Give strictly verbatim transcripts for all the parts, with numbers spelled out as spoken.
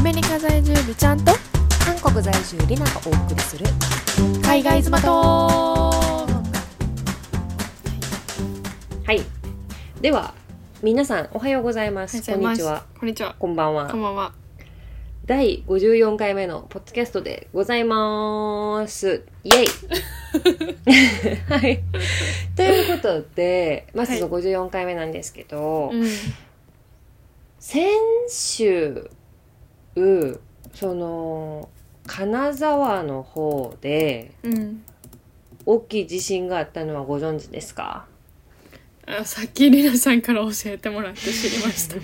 メリカ在住美ちゃんと韓国在住リナがお送りする海外妻と。はい、では皆さんおはようございます。こんにちは。 こんにちは。 こんばんは。 こんばんは。 だいごじゅうよんかいめのポッドキャストでございます。イエイはい。ということで、まずそのごじゅうよんかいめなんですけど、 うん、 先週その金沢の方で、 うん、 大きい地震があったのはご存知ですか？ あ、さっきりなさんから教えてもらって知りました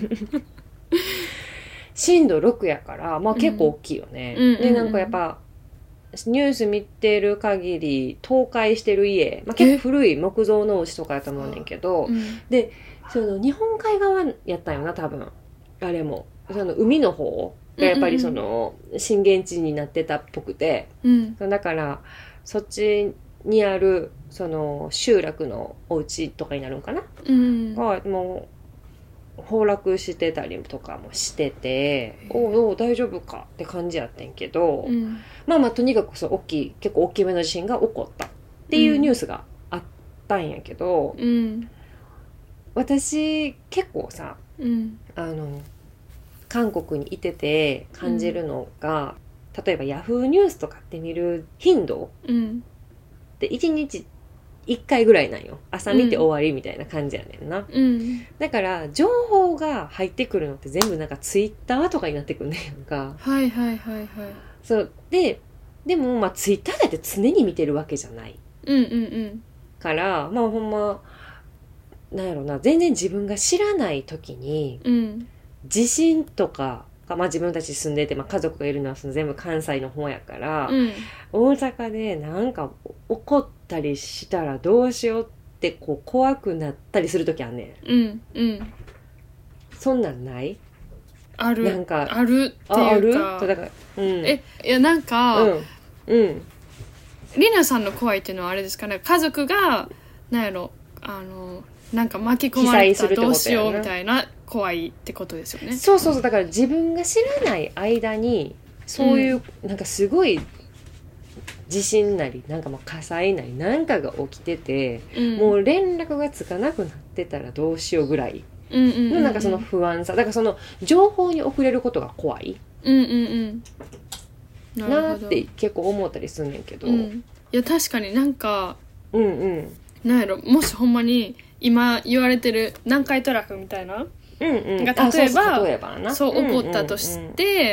震度ろくやから、まあ、結構大きいよね、 うん、 でなんかやっぱニュース見てる限り倒壊してる家、まあ、結構古い木造のお家とかやと思うねんけど、 うん、 でその日本海側やったんよな多分。あれもその海の方がやっぱりその震源地になってたっぽくて、 うん、 だからそっちにあるその集落のお家とかになるんかな、 うん、 がもう崩落してたりとかもしてて、おうおう大丈夫かって感じやってんけど、 うん、 まあまあとにかくそう大きい結構大きめの地震が起こったっていうニュースがあったんやけど、 うん、 私結構さ、 うん、 あの韓国にいてて感じるのが、うん、例えばヤフーニュースとかって見る頻度、 うん、 でいちにちいっかいぐらいなんよ。朝見て終わりみたいな感じやねんな、 うん、 だから情報が入ってくるのって全部なんかツイッターとかになってくるねんか。 はいはいはいはい。 そうででもまあツイッターだって常に見てるわけじゃないうんうんうん。 からまあほんまなんやろな、全然自分が知らない時に、 うん、 地震とかまあ、自分たち住んでて、まあ、家族がいるのはその全部関西の方やから、 うん、 大阪でなんか起こったりしたらどうしようってこう怖くなったりする時あんねん。うんうん。 そんなんない？ ある。 なんかあるっていうか。 あ、ある？だから、うん、 え、いやなんか、 うんうん、 りなさんの怖いっていうのはあれですかね、家族がなんやろ、あのなんか巻き込まれたらどうしようみたいな怖いってことですよね。 そうそうそう、だから自分が知らない間にそういう、うん、なんかすごい地震なりなんかまあ火災なりなんかが起きてて、うん、もう連絡がつかなくなってたらどうしようぐらいのなんかその不安さ、だからその情報に遅れることが怖い、 うんうんうんなるほどなって結構思ったりすんねんけど、 うん、いや確かになんかうんうんなんやろ、もしほんまに今言われてる南海トラフみたいな、 うんうん、 が例えばそう、例えばなそう起こったとして、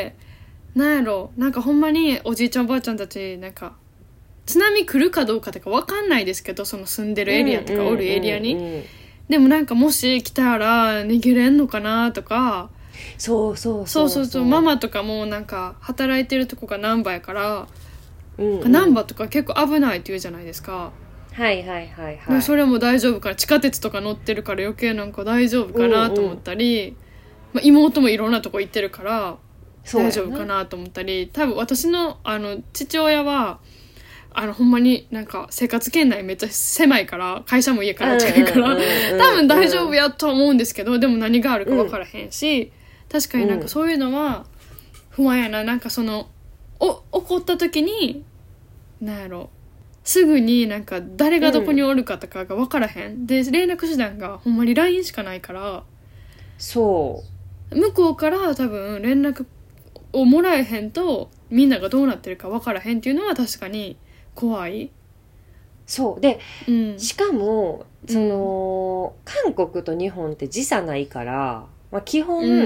うんうんうん、なんやろなんかほんまにおじいちゃんおばあちゃんたちなんか津波来るかどうかとか分かんないですけど、その住んでるエリアとかおるエリアに、うんうんうんうん、でもなんかもし来たら逃げれんのかなとか、 そうそうそうそうそうそう、ママとかもなんか働いてるとこが難波やから、 うんうん、 難波とか結構危ないって言うじゃないですか。 はいはいはいはい。 それも大丈夫かな、地下鉄とか乗ってるから余計なんか大丈夫かなと思ったり、うんうん、まあ、妹もいろんなとこ行ってるから大丈夫かなと思ったり、多分私のあの父親はあのほんまになんか生活圏内めっちゃ狭いから会社も家から近いから多分大丈夫やと思うんですけど、でも何があるか分からへんし、うん、確かになんかそういうのは不安やな。なんかそのお起こった時になんやろすぐになんか誰がどこにおるかとかが分からへん、うん、で連絡手段がほんまに ライン しかないから、 そう向こうから多分連絡をもらえへんとみんながどうなってるか分からへんっていうのは確かに怖い。 そうで、 うん、 しかもその、うん、韓国と日本って時差ないから、まあ、基本、うん、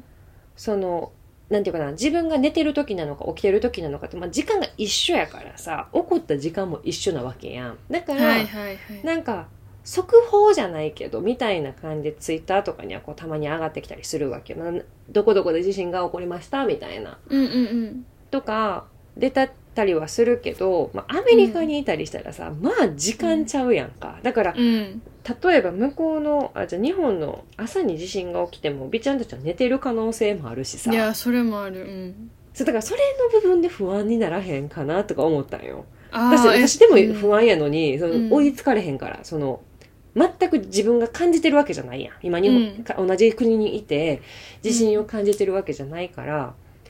そのなんていうかな、自分が寝てる時なのか起きてる時なのかって、まあ、時間が一緒やからさ、起こった時間も一緒なわけやん。だから、はいはいはい、なんか速報じゃないけどみたいな感じでツイッターとかにはこうたまに上がってきたりするわけよ。どこどこで地震が起こりましたみたいな、 うんうんうん、 とか出たたりはするけど、まあ、アメリカにいたりしたらさ、うん、まあ時間ちゃうやんか。だから、うん、例えば向こうのあじゃあ日本の朝に地震が起きてもビちゃんたちは寝てる可能性もあるしさ。 いやそれもある、うん、 そうだからそれの部分で不安にならへんかなとか思ったんよ。 あ私, 私でも不安やのに、 うん、 その追いつかれへんから、その全く自分が感じてるわけじゃないやん今日本、うん、同じ国にいて地震を感じてるわけじゃないから、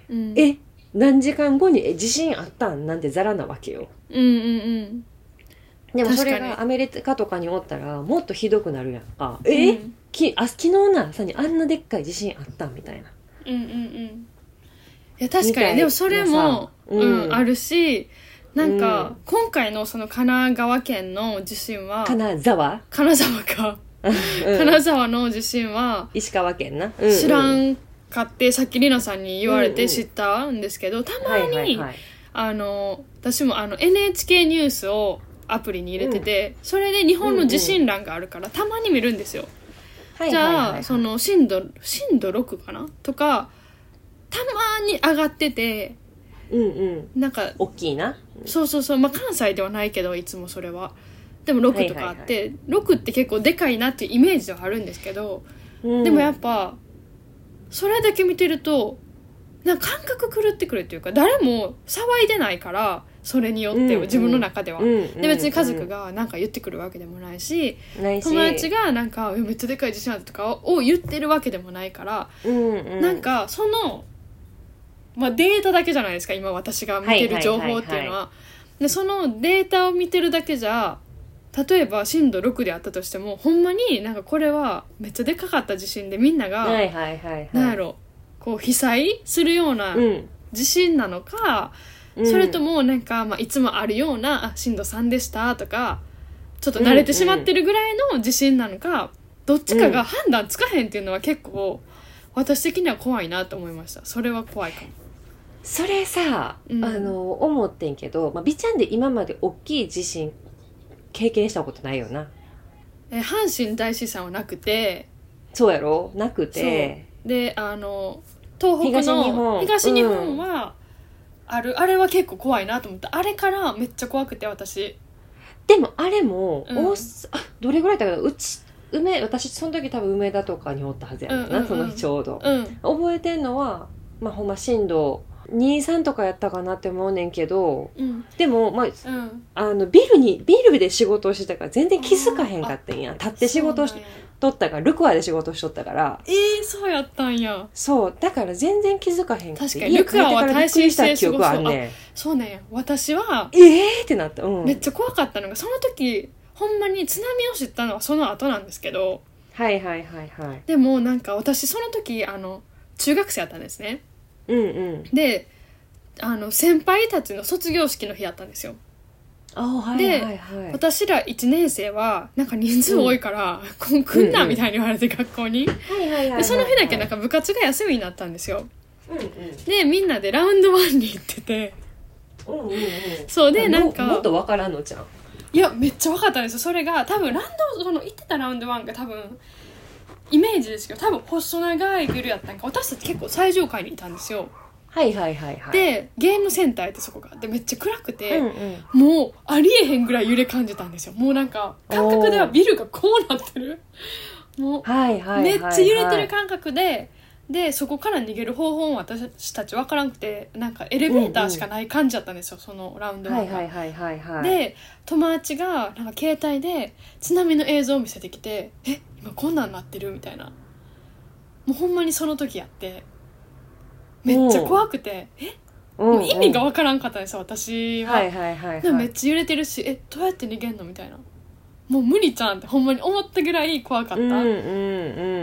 うん、え何時間後にえ地震あったんなんてザラなわけよ。 うんうんうん。 でもそれがアメリカとかにおったらもっとひどくなるやんか。え、うん、きあ昨日の朝にあんなでっかい地震あったみたいな。 うんうんうん。いや確かにでもそれも、うんうん、あるし、なんか、うん、今回のその神奈川県の地震は金沢金沢か、うん、金沢の地震は石川県な、 うんうん、知らんかってさっきりなさんに言われて知ったんですけど、うんうん、たまに、はいはいはい、あの私もあの エヌエイチケー ニュースをアプリに入れてて、うん、それで日本の地震欄があるから、うんうん、たまに見るんですよ、はいはいはいはい、じゃあその震度震度ろくかなとかたまに上がってて、 うんうん、 なんか大きいな、 そうそうそう、まあ、関西ではないけどいつもそれはでもろくとかあって、はいはいはい、ろくって結構でかいなっていうイメージはあるんですけど、うん、でもやっぱそれだけ見てるとなんか感覚狂ってくるっていうか、誰も騒いでないからそれによっては、うんうん、自分の中では、うんうん、で別に家族がなんか言ってくるわけでもないし、うんうん、友達がなんかめっちゃでかい地震あったとかを言ってるわけでもないから、うんうん、なんかそのまあ、データだけじゃないですか今私が見てる情報っていうのは、でそのデータを見てるだけじゃ例えば震度ろくであったとしてもほんまになんかこれはめっちゃでかかった地震でみんなが、はいはいはいはい、なんやろこう被災するような地震なのか、うん、それともなんか、まあ、いつもあるようなあ震度さんでしたとかちょっと慣れてしまってるぐらいの地震なのか、うんうん、どっちかが判断つかへんっていうのは結構私的には怖いなと思いました。それは怖いかも。 それさ、うん、あの思ってんけど、まあ、美ちゃんで今まで大きい地震経験したことないよな。 え阪神大震災はなくて、 そうやろなくて、 であの東北の東日本、東日本は、うん、あるあれは結構怖いなと思った。あれからめっちゃ怖くて私。 でもあれも、うん、あどれぐらいだったかな、うち梅私その時多分梅田とかにおったはずやな、うんうんうん、その日ちょうど、うん、覚えてんのはまあほんま震度に、さんとかやったかなって思うねんけど、うん、でも、まあ、うん、あのビルにビルで仕事をしてたから全然気づかへんかったんや。立って仕事しとったからルクアで仕事しとったからえー、そうやったんや。 そうだから全然気づかへんかって。 確かにルクアは耐震性すごそう。あそうね私はえーってなった、うん、 めっちゃ怖かったのがその時ほんまに津波を知ったのはその後なんですけど、 はいはいはいはい。 でもなんか私その時あの中学生やったんですね。 うんうん、 であの先輩たちの卒業式の日やったんですよ。 あ、はいはいはい、 で私らいちねん生はなんか人数多いから、うん、来んなみたいに言われて学校に、でその日だけなんか部活が休みになったんですよ、うんうん、でみんなでラウンドワンに行ってて、 うんうんうん、 そうでなんかも, もっと分からんのじゃん。 いやめっちゃ分かったんですよ。それが多分ラウンドその行ってたラウンドワンが多分イメージですけど多分細長いビルやったんか、私たち結構最上階にいたんですよ。 はいはいはいはい。 でゲームセンターやってそこがでめっちゃ暗くて、うんうん、もうありえへんぐらい揺れ感じたんですよ。もうなんか感覚ではビルがこうなってるもう、はいはいはいはい、めっちゃ揺れてる感覚ででそこから逃げる方法も私たち分からなくてなんかエレベーターしかない感じだったんですよ、うんうん、そのラウンドが、はいはいはいはいはい、で友達がなんか携帯で津波の映像を見せてきてえ今こんなんなってるみたいな、もうほんまにその時やってめっちゃ怖くてえもう意味が分からんかったんですよ私は、はいはいはいはい、でもめっちゃ揺れてるしえどうやって逃げんのみたいな、もう無理じゃんってほんまに思ったぐらい怖かった、うんうんうん、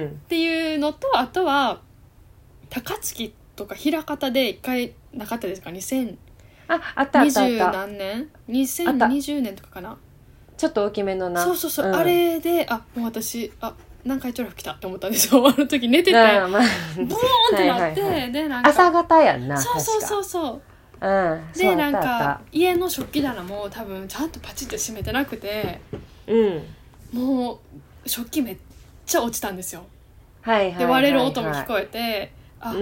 っていうのとあとは高槻とか枚方で一回なかったですかにせんにじゅうああったあったあった何年にせんにじゅうねんとかかな、 ちょっと大きめのな、 そうそうそう、うん、あれであもう私あ南海トラフ来たって思ったんですよ。あの時寝てて、まあ、ボーンってなって、はいはいはい、でなんか朝方やんな。 そうそうそうそう。 うん、 でなんか家の食器棚も多分ちゃんとパチッと閉めてなくて、 うん、 もう食器めっちゃ落ちたんですよ。 はいはいはいはい、 で割れる音も聞こえて、あ、うん、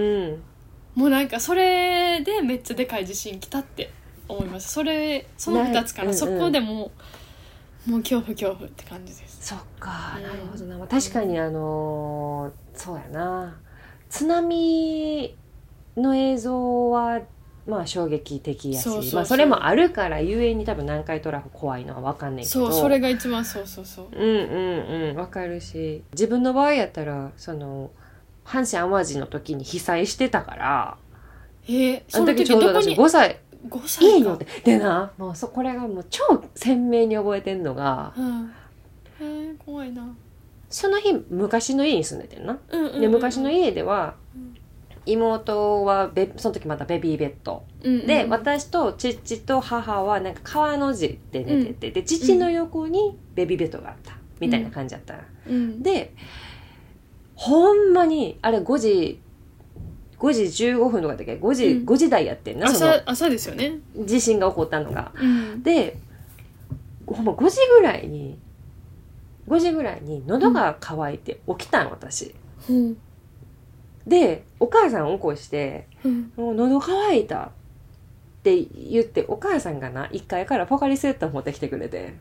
もうなんかそれでめっちゃでかい地震来たって思います。それそのふたつから、うんうん、そこでももう恐怖恐怖って感じです。 そっか、なるほどな、うん、確かにあのー、そうやな津波の映像はまあ衝撃的やし、そうそうそう、まあ、それもあるからゆえに多分南海トラフ怖いのは分かんないけど、 そうそれが一番そうそうそううんうんうん分かるし、自分の場合やったらその阪神淡路の時に被災してたからえー、 あの時ちょうど私ごさいごさい家におってでなもうそこれがもう超鮮明に覚えてんのが、 うん、えー、怖いな。 その日昔の家に住んでてんな、 うんうんうん、 で昔の家では、 うん、 妹はベその時またベビーベッド、うんうん、で私と父と母はなんか川の字で寝てて、うん、で父の横にベビーベッドがあったみたいな感じだった、うん、でほんまにあれごじごじじゅうごふんとかだっけ 5, 時、うん、ごじ台やってんな、その朝、朝ですよね、 地震が起こったのが、 うん、 でほんまごじぐらいにごじぐらいに喉が渇いて起きたん私、 うん、 でお母さん起こして、 うん、 もう喉渇いたって言ってお母さんがないっかいからポカリスエット持ってきてくれて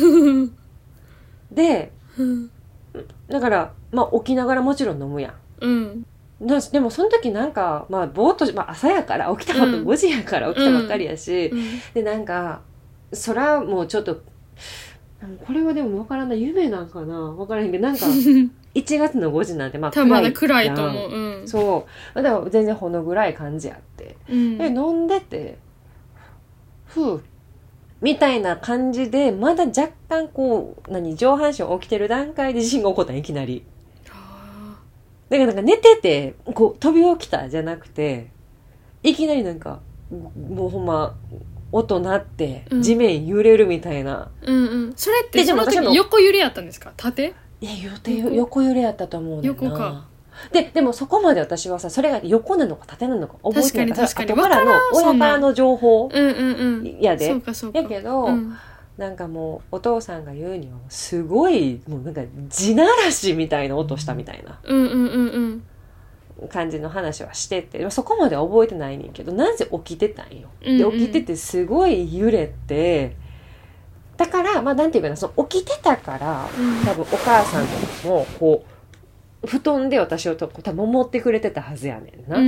で、 うん、 だからまあ起きながらもちろん飲むやん、 うん、 でもその時なんかまあぼーっと、まあ、朝やから起きたばっかり、ごじやから起きたばっかりやし、 うんうん、 でなんかそらもうちょっとこれはでも分からない夢なんかな分からへんけどなんかいちがつのごじなんてまあ暗いまだ暗いと思う、うん、 そうだから全然ほの暗い感じやって、うん、で飲んでてふうみたいな感じでまだ若干こう何上半身起きてる段階で地震が起こったんいきなり。だからなんか寝ててこう飛び起きたじゃなくていきなりなんかもうほんま音鳴って地面揺れるみたいな、 うんうんうん、それってその時横揺れやったんですか？縦？ いや横, 横揺れやったと思うねんな。 横か。 ででもそこまで私はさそれが横なのか縦なのか覚えてないから確かに確かに後からの親からの情報うんうんうんやで、 そうかそうかやけど、 うん、 なんかもうお父さんが言うにはすごいもうなんか地鳴らしみたいな音したみたいなうんうんうんうん感じの話はしててそこまでは覚えてないねんけどなぜ起きてたんよ、 うんうん、 で起きててすごい揺れてだからまあなんていうかなその起きてたから、うん、多分お母さんとかもこう布団で私をと多分守ってくれてたはずやねんな、 うんうん、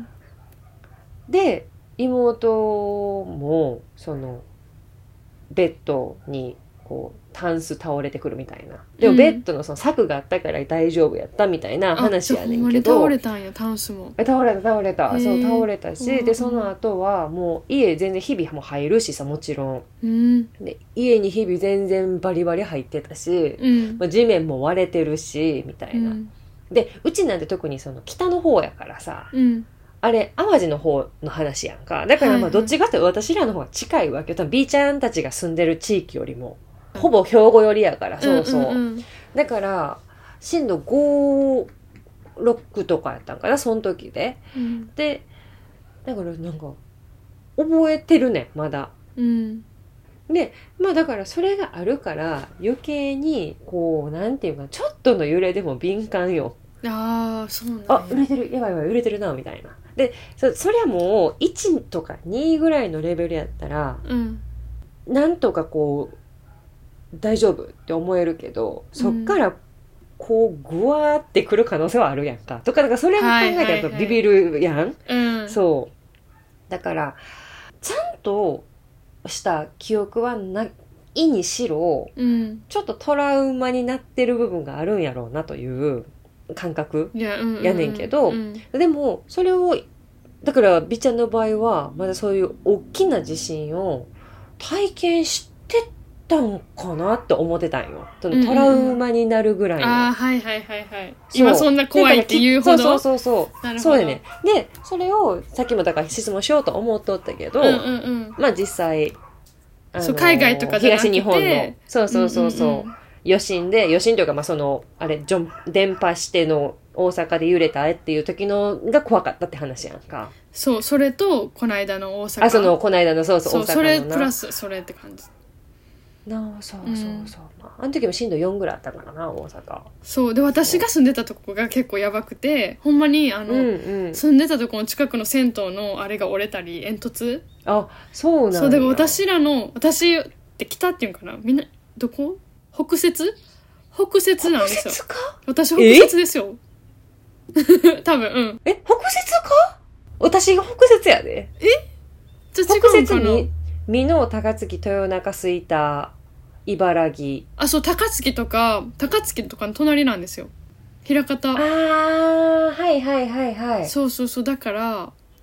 で妹もそのベッドにこうタンス倒れてくるみたいなでもベッドのその柵があったから大丈夫やったみたいな話やねんけど、 倒れたんやタンスも倒れた倒れたそう倒れたし、でその後はもう家全然日々も入るしさもちろん、 うん、 で家に日々全然バリバリ入ってたし、 うんまあ、地面も割れてるしみたいな、うん、でうちなんて特にその北の方やからさ、 うんあれ淡路の方の話やんかだからまあどっちかって私らの方が近いわけよ多分 B ちゃんたちが住んでる地域よりもほぼ兵庫寄りやからそうそう、うんうんうん、だから震度ご、ろくとかやったんかなその時で、 うん、 でだからなんか覚えてるねまだ、 うん、 でまあだからそれがあるから余計にこうなんていうかちょっとの揺れでも敏感よ。 ああそうなんや。 あ揺れてるやばいやばい揺れてるなみたいなで そ, そりゃもういちとかにぐらいのレベルやったら、 うん、 なんとかこう大丈夫って思えるけどそっからこうグワーってくる可能性はあるやんかとかだからそれを考えたらやっぱビビるやん、はいはいはい、 そうだからちゃんとした記憶はないにしろ、 うん、 ちょっとトラウマになってる部分があるんやろうなという感覚やねんけど、 うんうんうん、 でもそれをだから美ちゃんの場合はまだそういう大きな地震を体験してたんかなって思ってたんよそのトラウマになるぐらいの、 うんうん、あはいはいはいはい今そんな怖いって言うほどそうそうそうそうそうやねでそれをさっきもだから質問しようと思っとったけど、 うんうんうん、 まあ実際あのそう海外とかじゃなくて東日本のそうそうそうそう、 うんうんうん余震で余震というかまあそのあれジョン電波しての大阪で揺れたっていう時のが怖かったって話やんか。 そうそれとこの間の大阪あそのこの間のそうそうそう大阪のそれプラスそれって感じなあそうそうそう、うんまあ、あの時も震度よんぐらいあったからな大阪。 そうで私が住んでたとこが結構やばくてほんまにあの、うんうん、住んでたとこの近くの銭湯のあれが折れたり煙突あそうなんだそうだから私らの私って北っていうんかなみんなどこ北摂北摂なんですよ。 北摂か私北摂ですよ多分うんえ北摂か私が北摂やでえじゃあ違うかな北摂美濃高槻豊中吹田茨城あそう高槻とか高槻とかの隣なんですよ枚方あーはいはいはいはいそうそうそうだから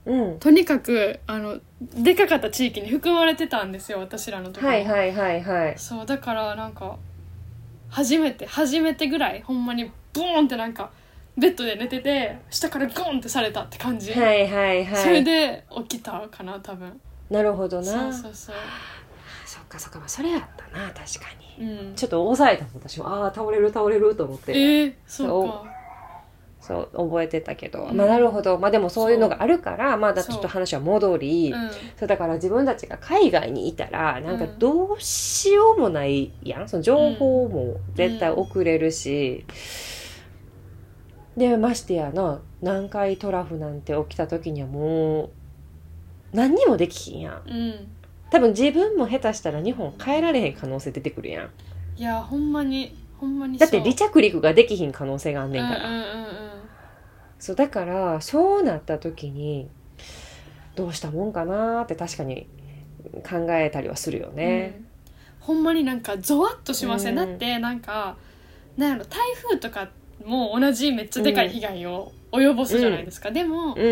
うん、 とにかくあのでかかった地域に含まれてたんですよ、私らのところ。 はいはいはいはい。 そうだからなんか初めて初めてぐらいほんまにボーンってなんかベッドで寝てて下からゴンってされたって感じ。 はいはいはい。 それで起きたかな多分。 なるほどな。 そうそうそう。 そっかそっか、まあ、それやったな確かに、 うん、ちょっと抑えたもん私も。ああ倒れる倒れると思って。 えー、そうか。 そう覚えてたけど、 うん、 まあなるほど。まあでもそういうのがあるからまだちょっと話は戻り、そう、うん、そうだから自分たちが海外にいたらなんかどうしようもないやん、その情報も絶対送れるし、うん、でましてやな南海トラフなんて起きた時にはもう何にもできひんやん、うん、多分自分も下手したら日本帰られへん可能性出てくるやん。 いやほんまにほんまにだって離着陸ができひん可能性があんねんから、 うんうんうんうん、 そうだからそうなった時にどうしたもんかなって確かに考えたりはするよね、うん、 ほんまになんかゾワッとしません、うん、だってなんかなんやろ台風とかも同じめっちゃでかい被害を及ぼすじゃないですか、うん、でも、うんうん、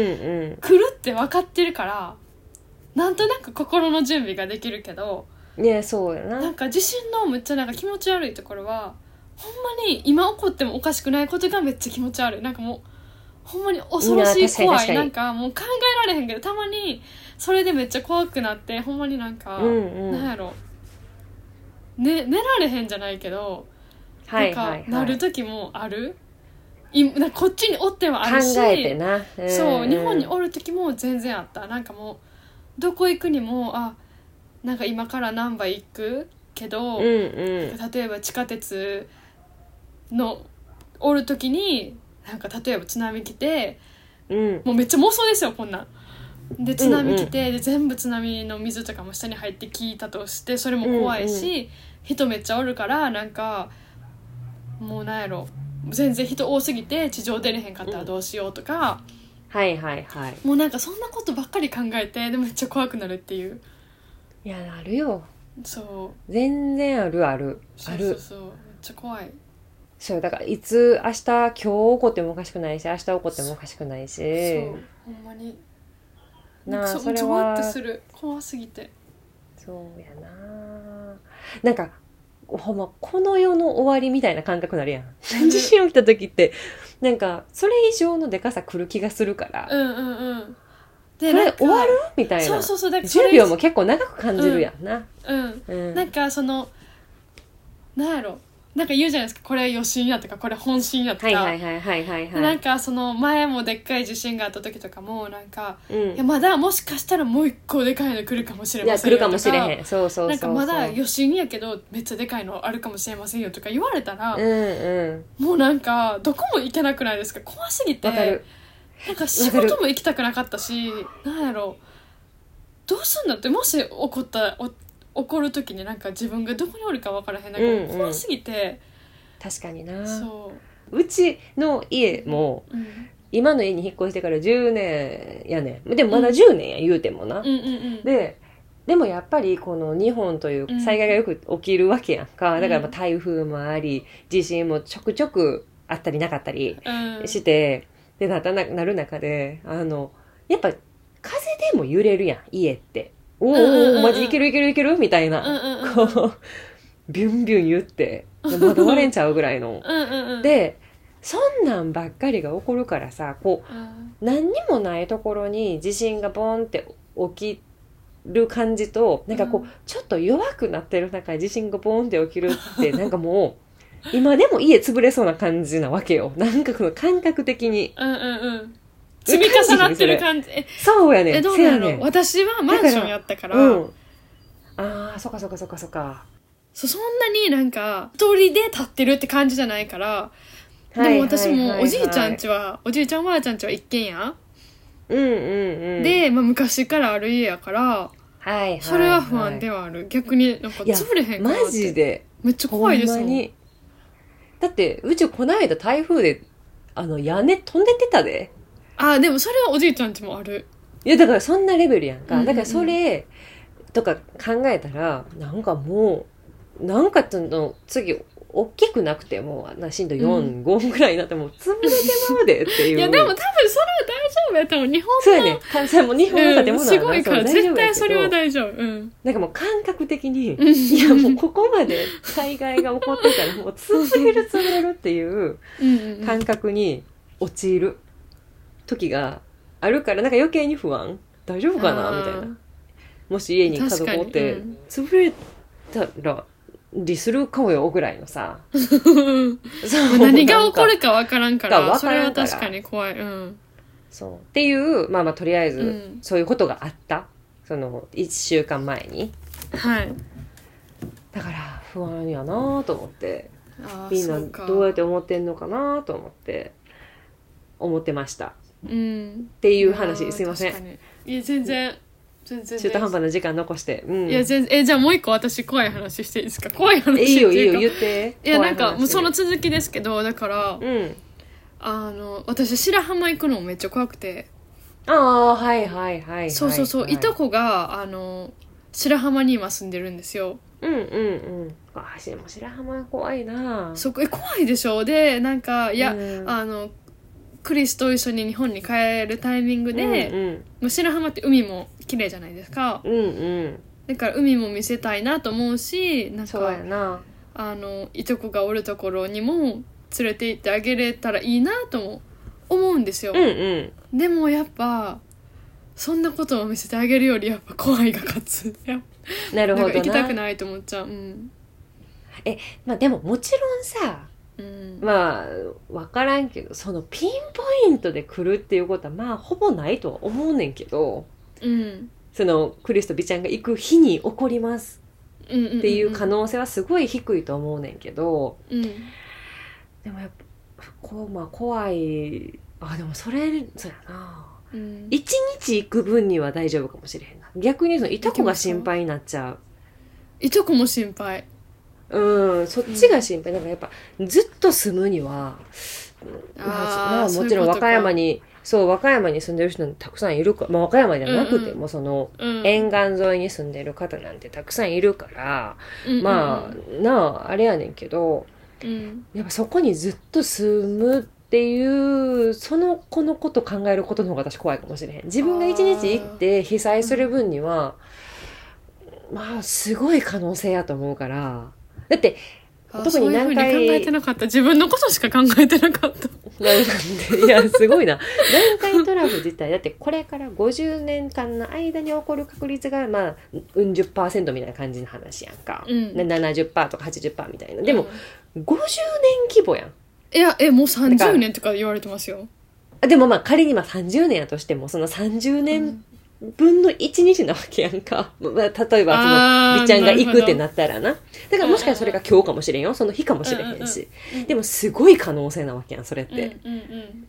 来るって分かってるからなんとなく心の準備ができるけど、 ね、そうやな。 なんか地震のむっちゃなんか気持ち悪いところはほんまに今起こってもおかしくないことがめっちゃ気持ち悪い。なんかもうほんまに恐ろしい怖い、なんかもう考えられへんけどたまにそれでめっちゃ怖くなってほんまになんか、うんうん、なんやろ、ね、寝られへんじゃないけど、はいはいはい、なんかなる時もある。いなんかこっちにおってもあるし、 考えてな、 うん、そう日本におる時も全然あった。なんかもうどこ行くにもあなんか今から難波行くけど、うんうん、例えば地下鉄のおる時になんか例えば津波来て、うん、もうめっちゃ妄想ですよこんなんで津波来て、うんうん、で全部津波の水とかも下に入ってきたとしてそれも怖いし、うんうん、人めっちゃおるからなんかもうなんやろ全然人多すぎて地上出れへんかったらどうしようとか、 うん、はいはいはい、 もうなんかそんなことばっかり考えてでもめっちゃ怖くなるっていう。 いやあるよ。 そう全然あるあるある。 そうそうそうめっちゃ怖い。 そうだからいつ明日今日起こってもおかしくないし明日起こってもおかしくないし、そうほんまになあ、それはゾワッとする怖すぎて。 そうやな。なんかほんまこの世の終わりみたいな感覚になるやん地震起きた時ってなんかそれ以上のでかさ来る気がするから、 うんうんうんでこれ終わるみたいな。そうそうそうだからじゅうびょうも結構長く感じるやんな、 うん、うんうん、なんかそのなんやろなんか言うじゃないですかこれ余震やとかこれ本震やとか、はいはいはいはいはい、はい、なんかその前もでっかい地震があった時とかもなんか、うん、いやまだもしかしたらもう一個でかいの来るかもしれませんよとか、いや来るかもしれへん、そうそうそうそう、なんかまだ余震やけどめっちゃでかいのあるかもしれませんよとか言われたら、うんうん、もうなんかどこも行けなくないですか。怖すぎて。わかる。なんか仕事も行きたくなかったし、なんやろどうすんだってもし起こったお起こる時になんか自分がどこにおるか分からへんなんか怖すぎて、 うんうん、確かにな。そううちの家も、うん、今の家に引っ越してからじゅうねんやねん。でもまだじゅうねんや、うん、言うてもな、うんうんうん、ででもやっぱりこの日本という災害がよく起きるわけやんか、うん、だからまあ台風もあり地震もちょくちょくあったりなかったりして、うん、でなったななる中であのやっぱ風でも揺れるやん家って。おー、うんうんうん、マジいけるいけるいけるみたいな、うんうんうん、こうビュンビュン言って窓割れんちゃうぐらいのうんうん、うん、でそんなんばっかりが起こるからさこう、うん、何にもないところに地震がボンって起きる感じとなんかこう、うん、ちょっと弱くなってる中に地震がボンって起きるってなんかもう今でも家潰れそうな感じなわけよ。なんかこの感覚的に、うんうんうん積み重なってる感じ。えそうやねん。えどうなの、ね、私はマンションやったから、うん、ああそっかそっかそっかそっか。 そそんなになんか一人で立ってるって感じじゃないから、でも私もおじいちゃん家はおじいちゃんおばあちゃん家は一軒家、うんうんうん、で、まあ、昔からある家やから、はいはいはい、それは不安ではある。逆になんか潰れへんかなって。マジでめっちゃ怖いですもん。 だってうちこの間台風であの屋根飛んでってたで。 あでもそれはおじいちゃんちもある。 いやだからそんなレベルやんか、うんうんうん、だからそれとか考えたらなんかもうなんかの次大きくなくても震度よん、うん、ごぐらいになっても潰れてまうでっていう。いやでも多分それは大丈夫や。多分日本のそうやね、関西も日本の建物は、 うん、すごいから絶対それは大丈夫、うん、 なんかもう感覚的にいやもうここまで災害が起こってたらもう潰れる潰れるっていう感覚に陥る時があるから、なんか余計に不安、大丈夫かなみたいな。もし家に家族おって、うん、潰れたらりするかもよぐらいのさそう何が起こるか分からんからそれは確かに怖い、うん、 そうっていうまあまあとりあえずそういうことがあった、うん、そのいっしゅうかんまえに、 はい、 だから不安やなと思って、みんなどうやって思ってんのかなと思って思ってました、 うん、 っていう話。すいません、 いや全然全然中途半端な時間残して、うん、 いや全然えじゃあもう一個私怖い話していいですか。怖い話っていいうか、 いよいいよ言って。 いやなんかもうその続きですけど、だから、 うん、 あの私白浜行くのもめっちゃ怖くて、 ああはいはいはい、はい、 そうそうそう、はい、いとこがあの白浜に今住んでるんですよ。 うんうんうん。ああでも白浜怖いな。 そこえ怖いでしょ。でなんかいや、うん、あのクリスと一緒に日本に帰るタイミングで、うんうん、もう白浜って海も綺麗じゃないですか、 うんうん、 だから海も見せたいなと思うし、なんかそうやな、 あのいとこがおるところにも連れて行ってあげれたらいいなとも思うんですよ、 うんうん、 でもやっぱそんなことを見せてあげるよりやっぱ怖いが勝つ。 なるほどな、 なんか行きたくないと思っちゃう、うん、 え、まあでももちろんさ、うん、まあ分からんけどそのピンポイントで来るっていうことはまあほぼないとは思うねんけど、 うん、 そのクリスとビちゃんが行く日に起こりますっていう可能性はすごい低いと思うねんけど、 うん、 でもやっぱこう、まあ、怖い。あでもそれそうやな、うん、いちにち行く分には大丈夫かもしれへんな。逆にそのいとこが心配になっちゃう。 いとこも心配、 うん、そっちが心配、うん、だからやっぱずっと住むには、まあ、もちろん和歌山にそう和歌山に住んでる人たくさんいるか、まあ、和歌山じゃなくても、うんうん、その、うん、沿岸沿いに住んでる方なんてたくさんいるから、うんうん、まあなああれやねんけど、うん、やっぱそこにずっと住むっていうその子のこと考えることの方が私怖いかもしれへん。自分が一日行って被災する分には、うん、まあすごい可能性やと思うから。だって特に何回そういう風に考えてなかった。自分のことしか考えてなかったいやすごいな。南海トラフ自体だってこれからごじゅうねんかんの間に起こる確率がまあうん十パーセントみたいな感じの話やんか、うん、ななじゅっパーセントとか はちじゅっパーセント みたいな。でも、うん、ごじゅうねん規模やん。 いやえもうさんじゅうねんとか言われてますよ。 でもまあ仮にまあさんじゅうねんやとしてもそのさんじゅうねん分のいちにちなわけやんか、まあ、例えばそのみちゃんが行くってなったらな。だからもしかしたらそれが今日かもしれんよ、その日かもしれへんし、うんうん、でもすごい可能性なわけやんそれって、うんうんうん、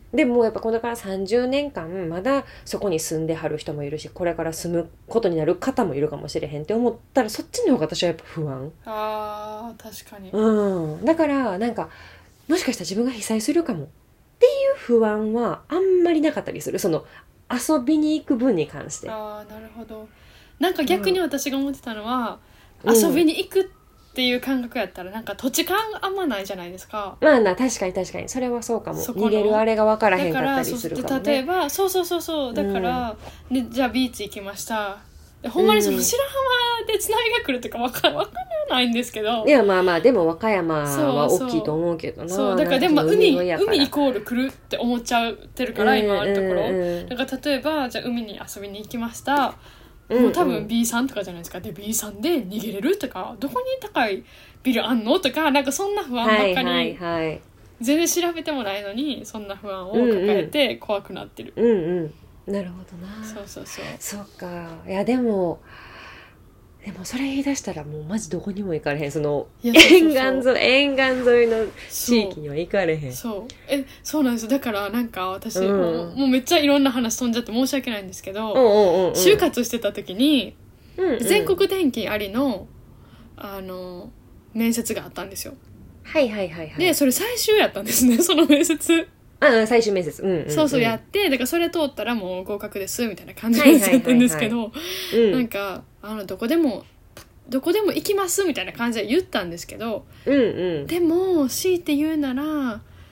でもやっぱこれからさんじゅうねんかんまだそこに住んではる人もいるしこれから住むことになる方もいるかもしれへんって思ったらそっちの方が私はやっぱ不安。 あー確かに、 うん、だからなんかもしかしたら自分が被災するかもっていう不安はあんまりなかったりする、その遊びに行く分に関して。 ああなるほど。なんか逆に私が思ってたのは、うん、遊びに行くっていう感覚やったらなんか土地勘あんまないじゃないですか。 まあな確かに確かにそれはそうかも。逃げるあれが分からへんかったりするかもね。 例えばそうそうそうそうだから、うん、でじゃあビーチ行きました。でほんまにその白浜で津波が来るとか分か、分からないんですけど、 いやまあまあでも和歌山は大きいと思うけどな。 そうだからでも海海イコール来るって思っちゃってるから今あるところ、うんうんうん、だから例えばじゃあ海に遊びに行きました、うんうん、もう多分 ビーさんとかじゃないですか。で ビーさんで逃げれるとかどこに高いビルあんのとかなんかそんな不安ばっかり、はいはいはい、全然調べてもないのにそんな不安を抱えて怖くなってる、 うんうん、うんうんなるほどな。 そうそうそう。 そうか。いやでもでもそれ言い出したらもうマジどこにも行かれへん。その沿岸沿沿岸沿いの地域には行かれへん。 そう。えそうなんですよ。だからなんか私、うん、も, うもうめっちゃいろんな話飛んじゃって申し訳ないんですけど、うんうんうん、就活してた時に、うんうん、全国転勤ありのあの面接があったんですよ。 はいはいはいはい。 でそれ最終やったんですねその面接。 あ最終面接、うんうんうん、 そうそうやってだからそれ通ったらもう合格ですみたいな感じでやったんですけど、なんかあのどこでもどこでも行きますみたいな感じで言ったんですけど、 うんうん、 でも強いて言うなら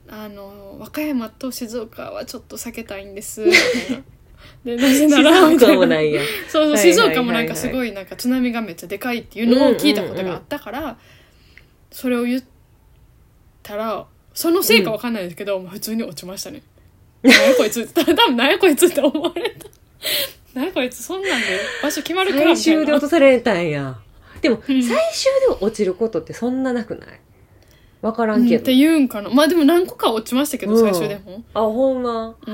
あの和歌山と静岡はちょっと避けたいんですみたいなでなぜなら静岡もないやそうそう、静岡もなんかすごいなんか津波がめっちゃでかいっていうのを聞いたことがあったから、うんうんうん、それを言ったらそのせいか分かんないですけど、うん、普通に落ちましたね。何やこいつ多分何やこいつって思われた何やこいつそんなんで場所決まるからみたいな。 最終で落とされたんや。でも、うん、最終で落ちることってそんななくない？分からんけど、うん、 って言うんかな。まあでも何個か落ちましたけど、うん、最終でも。 あ、ほんま。 うん。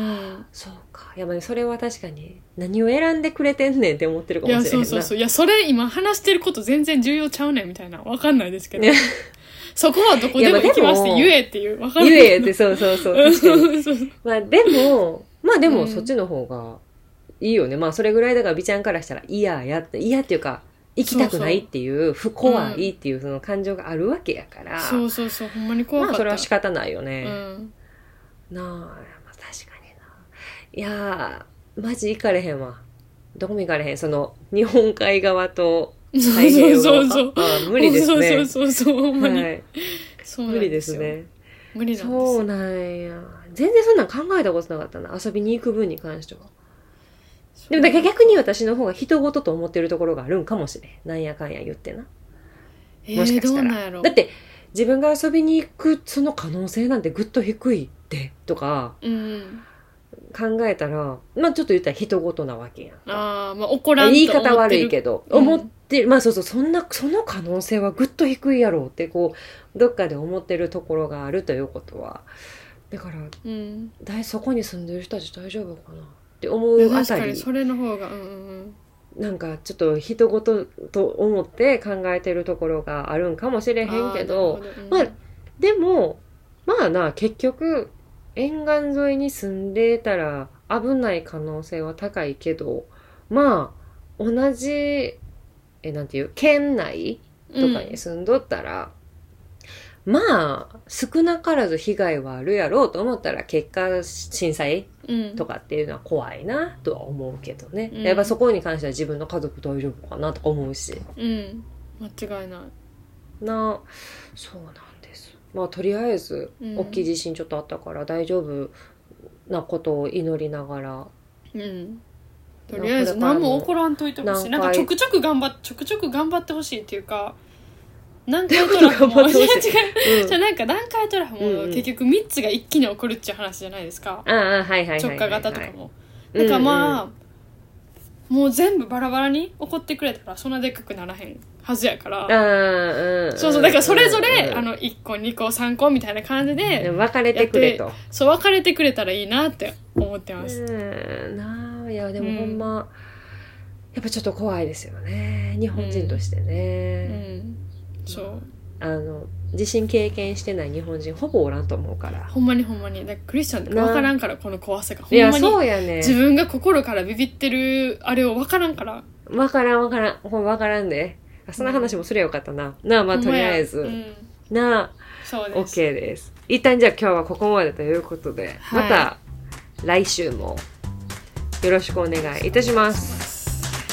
そうか。やばい、それは確かに何を選んでくれてんねんって思ってるかもしれない。 いや、そうそうそう。いや、それ今話してること全然重要ちゃうねんみたいな。分かんないですけど。そこはどこでも行きまして言えっていう。分かんない。 言えって、そうそうそう。確かに。まあでも、まあでもそっちの方がいいよね。うん、まあそれぐらいだから美ちゃんからしたら嫌やって、嫌っていうか、行きたくないっていう不怖いっていうその感情があるわけやから、 そうそうそう、ほんまに怖かった。 まあそれは仕方ないよね、 うん、 なあ、まあ、確かにな。いやーマジ行かれへんわ。どこも行かれへん。その日本海側と太平洋側。そうそうそう、あ、無理ですね。 そうそうそうそう、ほんまに、はい、 そうなんですよ。無理ですね。 無理なんですよ。 そうなんや。全然そんなん考えたことなかったな、遊びに行く分に関しては。でもだから逆に私の方が人事と思ってるところがあるんかもしれん。なんやかんや言ってな。 えー、もしかしたら。どうなんやろ。 だって自分が遊びに行くその可能性なんてぐっと低いってとか考えたら、うん、まあちょっと言ったら人事なわけやんか。 ああ、まあ怒らんと言い方悪いけど、うん、思ってる、まあそうそう、そんなその可能性はぐっと低いやろうってこうどっかで思ってるところがあるということは、だから、うん、だいそこに住んでる人たち大丈夫かな。って思うあたり、確かにそれの方が、うんうんうん、なんかちょっと人事と思って考えてるところがあるんかもしれへんけど、ど、うん、まあでもまあな、結局沿岸沿いに住んでたら危ない可能性は高いけど、まあ同じえなんていう県内とかに住んどったら、うん、まあ少なからず被害はあるやろうと思ったら、結果震災とかっていうのは怖いなとは思うけどね、うん、やっぱそこに関しては自分の家族大丈夫かなとか思うし、 うん、間違いないな。そうなんです。まあとりあえず、うん、大きい地震ちょっとあったから大丈夫なことを祈りながら、 うん、とりあえず何も起こらんといてほしい。なんかちょくちょく頑張っちょくちょく頑張ってほしいっていうか、何回トラフも違う違う、うん、じゃなんか何回トラフも結局みっつが一気に起こるっていう話じゃないですか、 うんうん、はいはいはいはい、 直下型とかも、だからまあ、うんうん、もう全部バラバラに起こってくれたらそんなでっかくならへんはずやから、 うんうん、 そうそう、だからそれぞれ、うん、あのいっこにこさんこみたいな感じで分かれてくれと、 そう分かれてくれたらいいなって思ってます。 うんなあ、いやでもほんま、うん、やっぱちょっと怖いですよね、日本人としてね、 うんうんそうあの地震経験してない日本人ほぼおらんと思うから、 ほんまにほんまにだからクリスチャンって分からんから、この怖さがほんまに、いやそうやね、自分が心からビビってるあれを分からんから分からん分からんほん分からんで、そんな話もすればよかったな、うん、なあまあとりあえず、うん、なあそうです OK です。一旦じゃあ今日はここまでということで、はい、また来週もよろしくお願いいたします。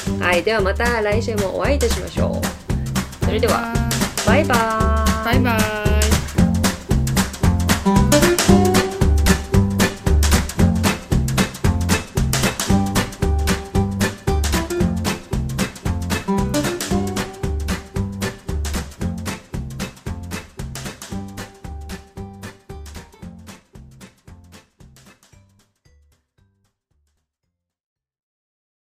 はい、ではまた来週もお会いいたしましょう。それではバイバーイ。 バイバイ。